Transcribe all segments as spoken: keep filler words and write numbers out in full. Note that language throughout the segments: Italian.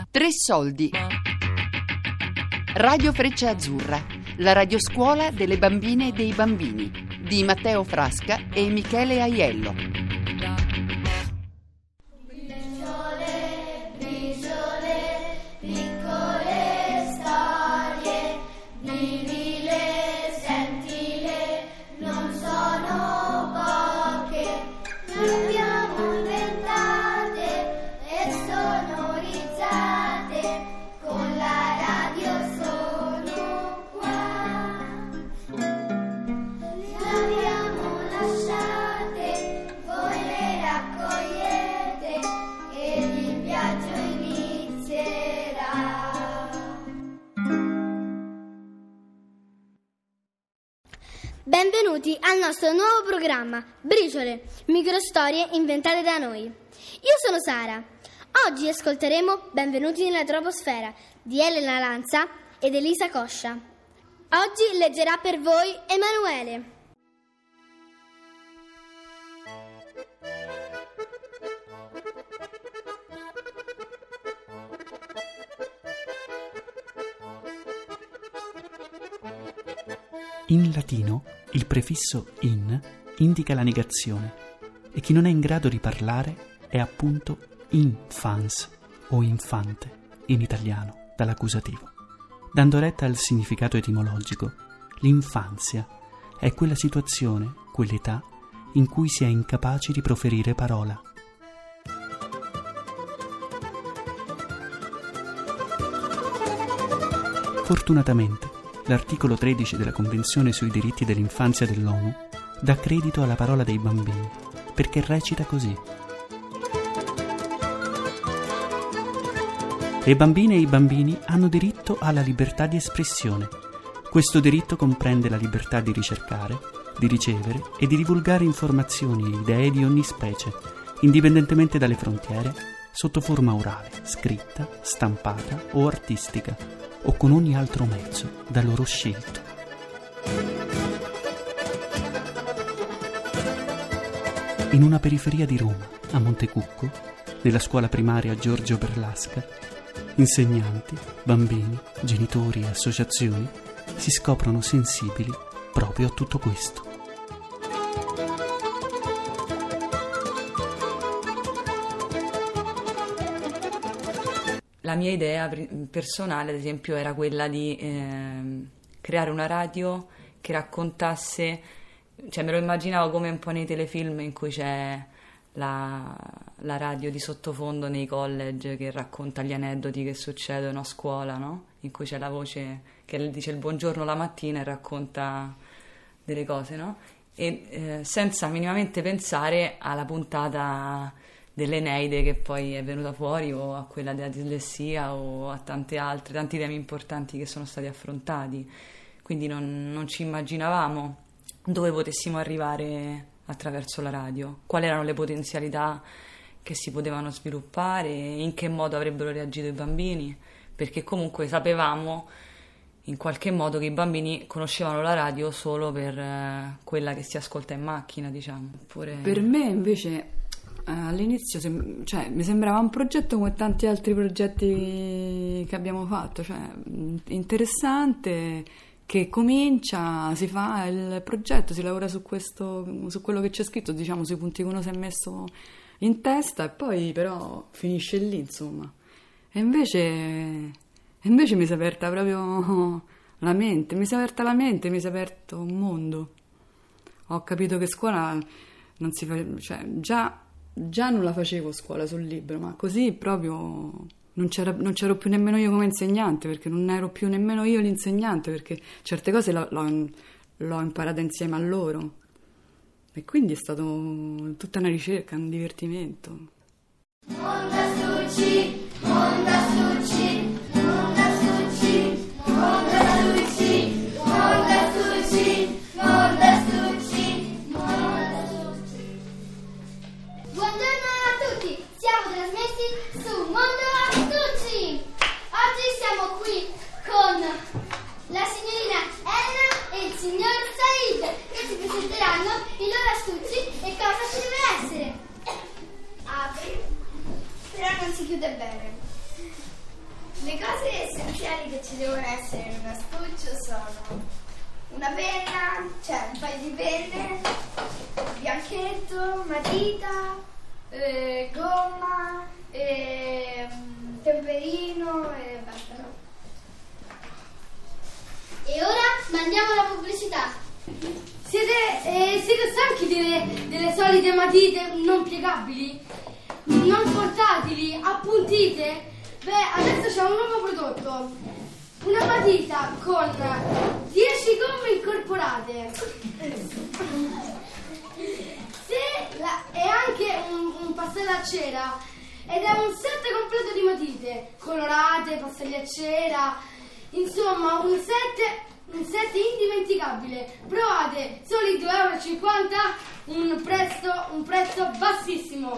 Tre soldi. Radio Freccia Azzurra, la radioscuola delle bambine e dei bambini, di Matteo Frasca e Michele Aiello. Benvenuti al nostro nuovo programma, Briciole, microstorie inventate da noi. Io sono Sara. Oggi ascolteremo Benvenuti nella Troposfera di Elena Lanza ed Elisa Coscia. Oggi leggerà per voi Emanuele. In latino il prefisso in indica la negazione e chi non è in grado di parlare è appunto infans o infante in italiano dall'accusativo. Dando retta al significato etimologico, l'infanzia è quella situazione, quell'età in cui si è incapaci di proferire parola. Fortunatamente l'articolo tredici della Convenzione sui diritti dell'infanzia dell'ONU dà credito alla parola dei bambini, perché recita così. Le bambine e i bambini hanno diritto alla libertà di espressione. Questo diritto comprende la libertà di ricercare, di ricevere e di divulgare informazioni e idee di ogni specie, indipendentemente dalle frontiere, sotto forma orale, scritta, stampata o artistica, o con ogni altro mezzo da loro scelto. In una periferia di Roma, a Montecucco, nella scuola primaria Giorgio Berlasca, insegnanti, bambini, genitori e associazioni si scoprono sensibili proprio a tutto questo. La mia idea personale, ad esempio, era quella di eh, creare una radio che raccontasse, cioè me lo immaginavo come un po' nei telefilm in cui c'è la, la radio di sottofondo nei college che racconta gli aneddoti che succedono a scuola, no? In cui c'è la voce che dice il buongiorno la mattina e racconta delle cose, no? E eh, senza minimamente pensare alla puntata dell'Eneide che poi è venuta fuori, o a quella della dislessia, o a tante altre, tanti temi importanti che sono stati affrontati. Quindi non, non ci immaginavamo dove potessimo arrivare attraverso la radio, quali erano le potenzialità che si potevano sviluppare, in che modo avrebbero reagito i bambini, perché comunque sapevamo in qualche modo che i bambini conoscevano la radio solo per eh, quella che si ascolta in macchina, diciamo. Oppure... Per me invece all'inizio sem- cioè, mi sembrava un progetto come tanti altri progetti che abbiamo fatto, cioè interessante, che comincia, si fa il progetto, si lavora su questo, su quello che c'è scritto, diciamo sui punti che uno si è messo in testa, e poi però finisce lì, insomma. E invece, e invece mi si è aperta proprio la mente, mi si è aperta la mente, mi si è aperto un mondo. Ho capito che scuola non si fa, cioè già Già non la facevo scuola sul libro, ma così proprio non, c'era, non c'ero più nemmeno io come insegnante, perché non ero più nemmeno io l'insegnante, perché certe cose l'ho, l'ho, l'ho imparata insieme a loro. E quindi è stato tutta una ricerca, un divertimento. Onda Succi, Onda Succi, Onda Succi, Onda Succi, Onda Succi, Onda Succi, Onda Succi. Buongiorno a tutti, siamo trasmessi su Mondo Astucci. Oggi siamo qui con la signorina Elena e il signor Said, che ci presenteranno i loro astucci e cosa ci deve essere. Apri, però non si chiude bene. occhiali che ci devono essere in un astuccio sono una penna, cioè un paio di penne, bianchetto, matita, eh, gomma, eh, temperino e basta. E ora mandiamo la pubblicità. Siete, eh, siete stanchi delle, delle solite matite non piegabili? Non portatili, appuntite? Beh, adesso c'è un nuovo prodotto. Una matita con dieci gomme incorporate. Se la, è anche un, un pastello a cera ed è un set completo di matite colorate, pastelli a cera, insomma un set un set indimenticabile. Provate, soli due euro e cinquanta, un prezzo, un prezzo bassissimo.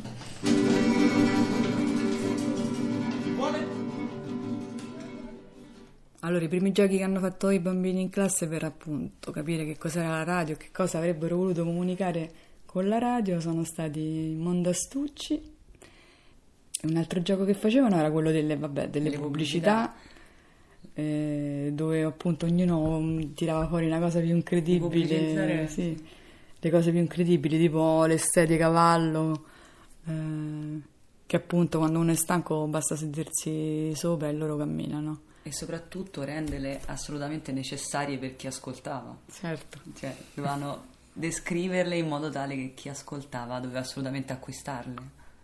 Allora, i primi giochi che hanno fatto i bambini in classe per appunto capire che cos'era la radio, che cosa avrebbero voluto comunicare con la radio, sono stati Mondo Astucci. E un altro gioco che facevano era quello delle, vabbè, delle pubblicità, pubblicità eh, dove appunto ognuno tirava fuori una cosa più incredibile, sì, le cose più incredibili, tipo le sedie cavallo, eh, che appunto quando uno è stanco basta sedersi sopra e loro camminano. E soprattutto renderle assolutamente necessarie per chi ascoltava. Certo. Cioè, dovevano descriverle in modo tale che chi ascoltava doveva assolutamente acquistarle.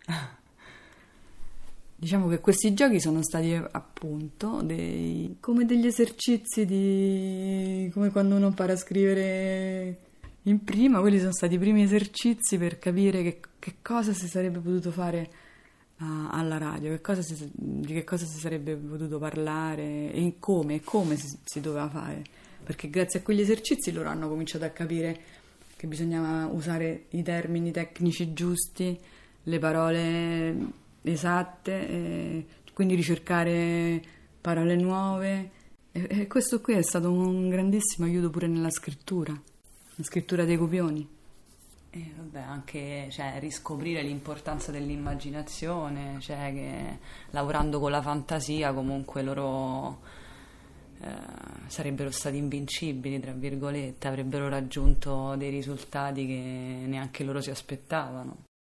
Diciamo che questi giochi sono stati appunto dei, come degli esercizi di, come quando uno impara a scrivere in prima, quelli sono stati i primi esercizi per capire che, che cosa si sarebbe potuto fare a, alla radio, che cosa si, di che cosa si sarebbe potuto parlare e come, e come si, si doveva fare, perché grazie a quegli esercizi loro hanno cominciato a capire che bisognava usare i termini tecnici giusti, le parole esatte, e quindi ricercare parole nuove, e, e questo qui è stato un grandissimo aiuto pure nella scrittura, la scrittura dei copioni. E vabbè, anche cioè, riscoprire l'importanza dell'immaginazione, cioè che lavorando con la fantasia comunque loro eh, sarebbero stati invincibili, tra virgolette, avrebbero raggiunto dei risultati che neanche loro si aspettavano.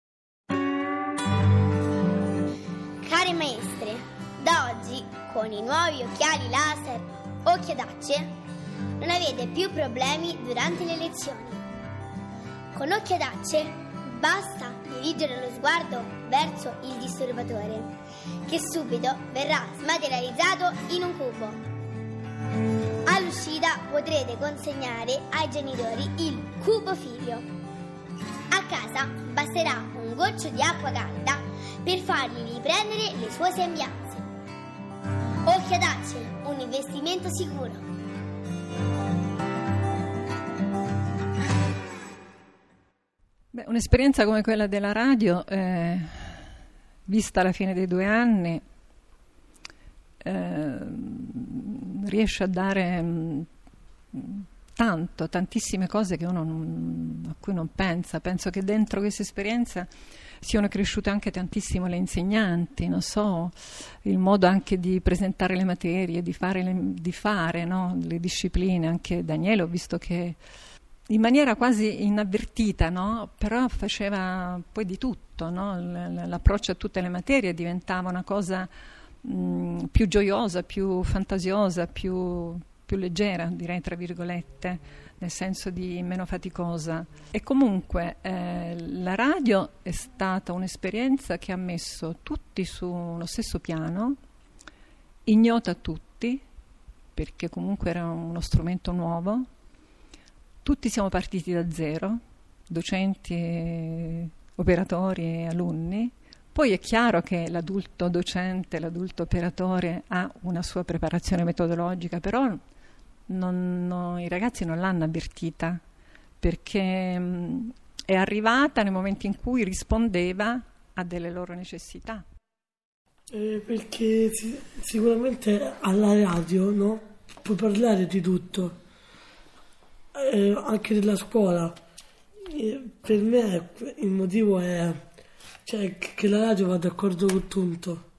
Care maestre, da oggi con i nuovi occhiali laser Occhiadacce non avete più problemi durante le lezioni. Con Occhiadacce basta dirigere lo sguardo verso il disturbatore, che subito verrà smaterializzato in un cubo. All'uscita potrete consegnare ai genitori il cubo figlio. A casa basterà un goccio di acqua calda per fargli riprendere le sue sembianze. Occhiadacce, un investimento sicuro. Beh, un'esperienza come quella della radio, eh, vista alla fine dei due anni, eh, riesce a dare mh, tanto, tantissime cose che uno non, a cui non pensa. Penso che dentro questa esperienza siano cresciute anche tantissimo le insegnanti, non so, il modo anche di presentare le materie, di fare, le, di fare no, le discipline. Anche Daniele ho visto che in maniera quasi inavvertita, no? Però faceva poi di tutto, no? L'approccio a tutte le materie diventava una cosa mh, più gioiosa, più fantasiosa, più, più leggera, direi tra virgolette, nel senso di meno faticosa. E comunque eh, la radio è stata un'esperienza che ha messo tutti su uno stesso piano, ignota a tutti, perché comunque era uno strumento nuovo. Tutti siamo partiti da zero, docenti, operatori e alunni. Poi è chiaro che l'adulto docente, l'adulto operatore ha una sua preparazione metodologica, però non, no, i ragazzi non l'hanno avvertita, perché mh, è arrivata nel momento in cui rispondeva a delle loro necessità. Eh, perché si, sicuramente alla radio, no, puoi parlare di tutto. Eh, anche della scuola, eh, per me il motivo è cioè, che la radio va d'accordo con tutto,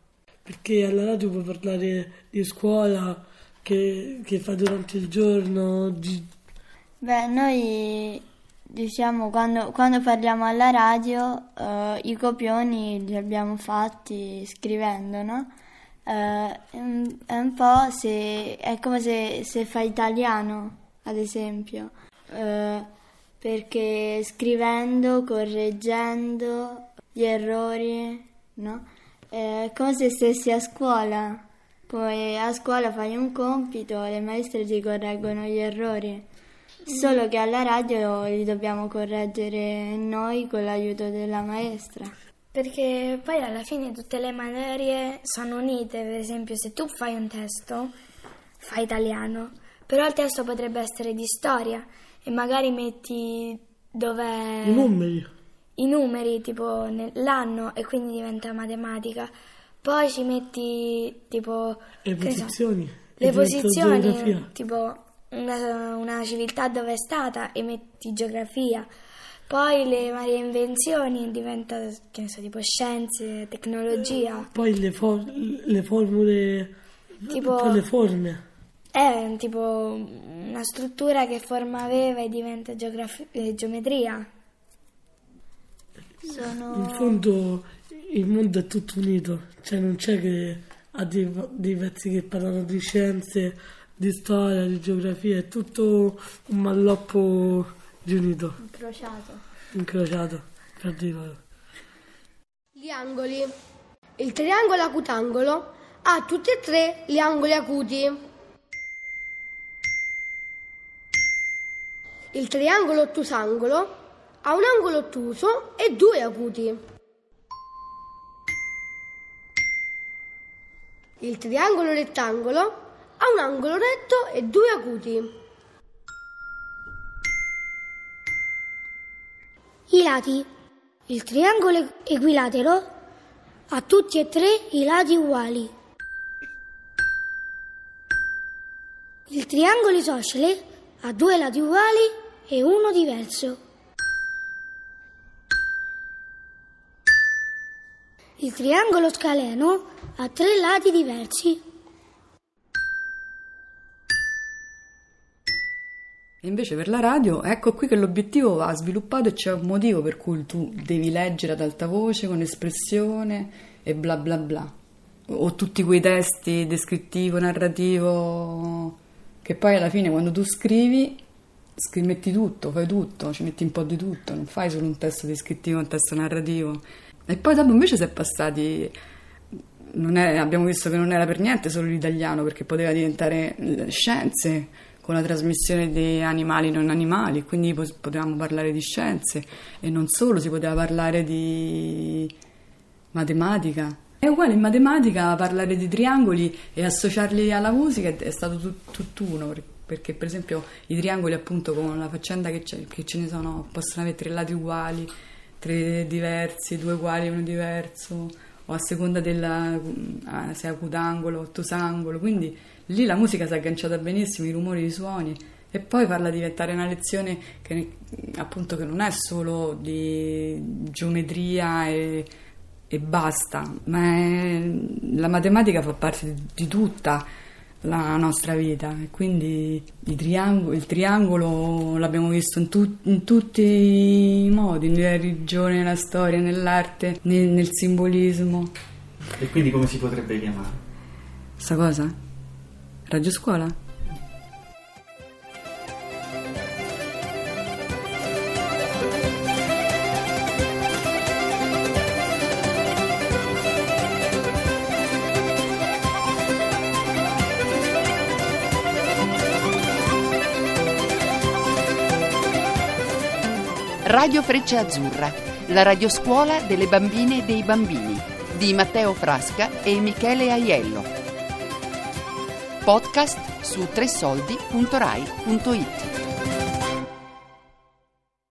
perché alla radio puoi parlare di scuola, che, che fai durante il giorno. Di... Beh, noi diciamo quando, quando parliamo alla radio eh, i copioni li abbiamo fatti scrivendo, no? Eh, è, un, è un po' se è come se, se fai italiano, ad esempio, eh, perché scrivendo, correggendo gli errori, no? È come se stessi a scuola, come a scuola fai un compito e le maestre ti correggono gli errori, solo che alla radio li dobbiamo correggere noi con l'aiuto della maestra. Perché poi alla fine tutte le materie sono unite, per esempio se tu fai un testo, fai italiano, però il testo potrebbe essere di storia e magari metti dove... I numeri. I numeri, tipo nell'anno, e quindi diventa matematica. Poi ci metti tipo... Le posizioni. So, le posizioni, tipo una, una civiltà dove è stata e metti geografia. Poi le varie invenzioni diventa, che ne so, tipo scienze, tecnologia. Poi le, for- le formule, tipo, le forme. È tipo una struttura che forma aveva e diventa geografia, eh, geometria. Sono... In fondo il mondo è tutto unito, cioè non c'è che ha dei, dei pezzi che parlano di scienze, di storia, di geografia, è tutto un malloppo riunito. Incrociato. Incrociato, per dirlo. Gli angoli. Il triangolo acutangolo ha tutti e tre gli angoli acuti. Il triangolo ottusangolo ha un angolo ottuso e due acuti. Il triangolo rettangolo ha un angolo retto e due acuti. I lati. Il triangolo equilatero ha tutti e tre i lati uguali. Il triangolo isoscele ha due lati uguali e uno diverso. Il triangolo scaleno ha tre lati diversi. E invece per la radio, ecco qui che l'obiettivo va sviluppato e c'è un motivo per cui tu devi leggere ad alta voce, con espressione e bla bla bla. O tutti quei testi descrittivo, narrativo, che poi alla fine quando tu scrivi, scrivi, metti tutto, fai tutto, ci metti un po' di tutto, non fai solo un testo descrittivo, un testo narrativo. E poi dopo invece si è passati, non è, abbiamo visto che non era per niente solo l'italiano, perché poteva diventare scienze, con la trasmissione di animali non animali, quindi potevamo parlare di scienze e non solo, si poteva parlare di matematica. È uguale in matematica parlare di triangoli e associarli alla musica è stato tut, tutt'uno, perché per esempio i triangoli appunto con la faccenda che, c'è, che ce ne sono, possono avere tre lati uguali, tre diversi, due uguali e uno diverso, o a seconda della se è acutangolo, ottusangolo, quindi lì la musica si è agganciata benissimo, i rumori, i suoni, e poi farla diventare una lezione che appunto che non è solo di geometria e, e basta, ma è, la matematica fa parte di, di tutta la nostra vita, e quindi i triangolo, il triangolo l'abbiamo visto in, tu, in tutti i modi, nella religione, nella storia, nell'arte, nel, nel simbolismo. E quindi come si potrebbe chiamare? Sta cosa? Radio Scuola? Radio Freccia Azzurra, la radioscuola delle bambine e dei bambini, di Matteo Frasca e Michele Aiello. Podcast su tre soldi punto rai punto it.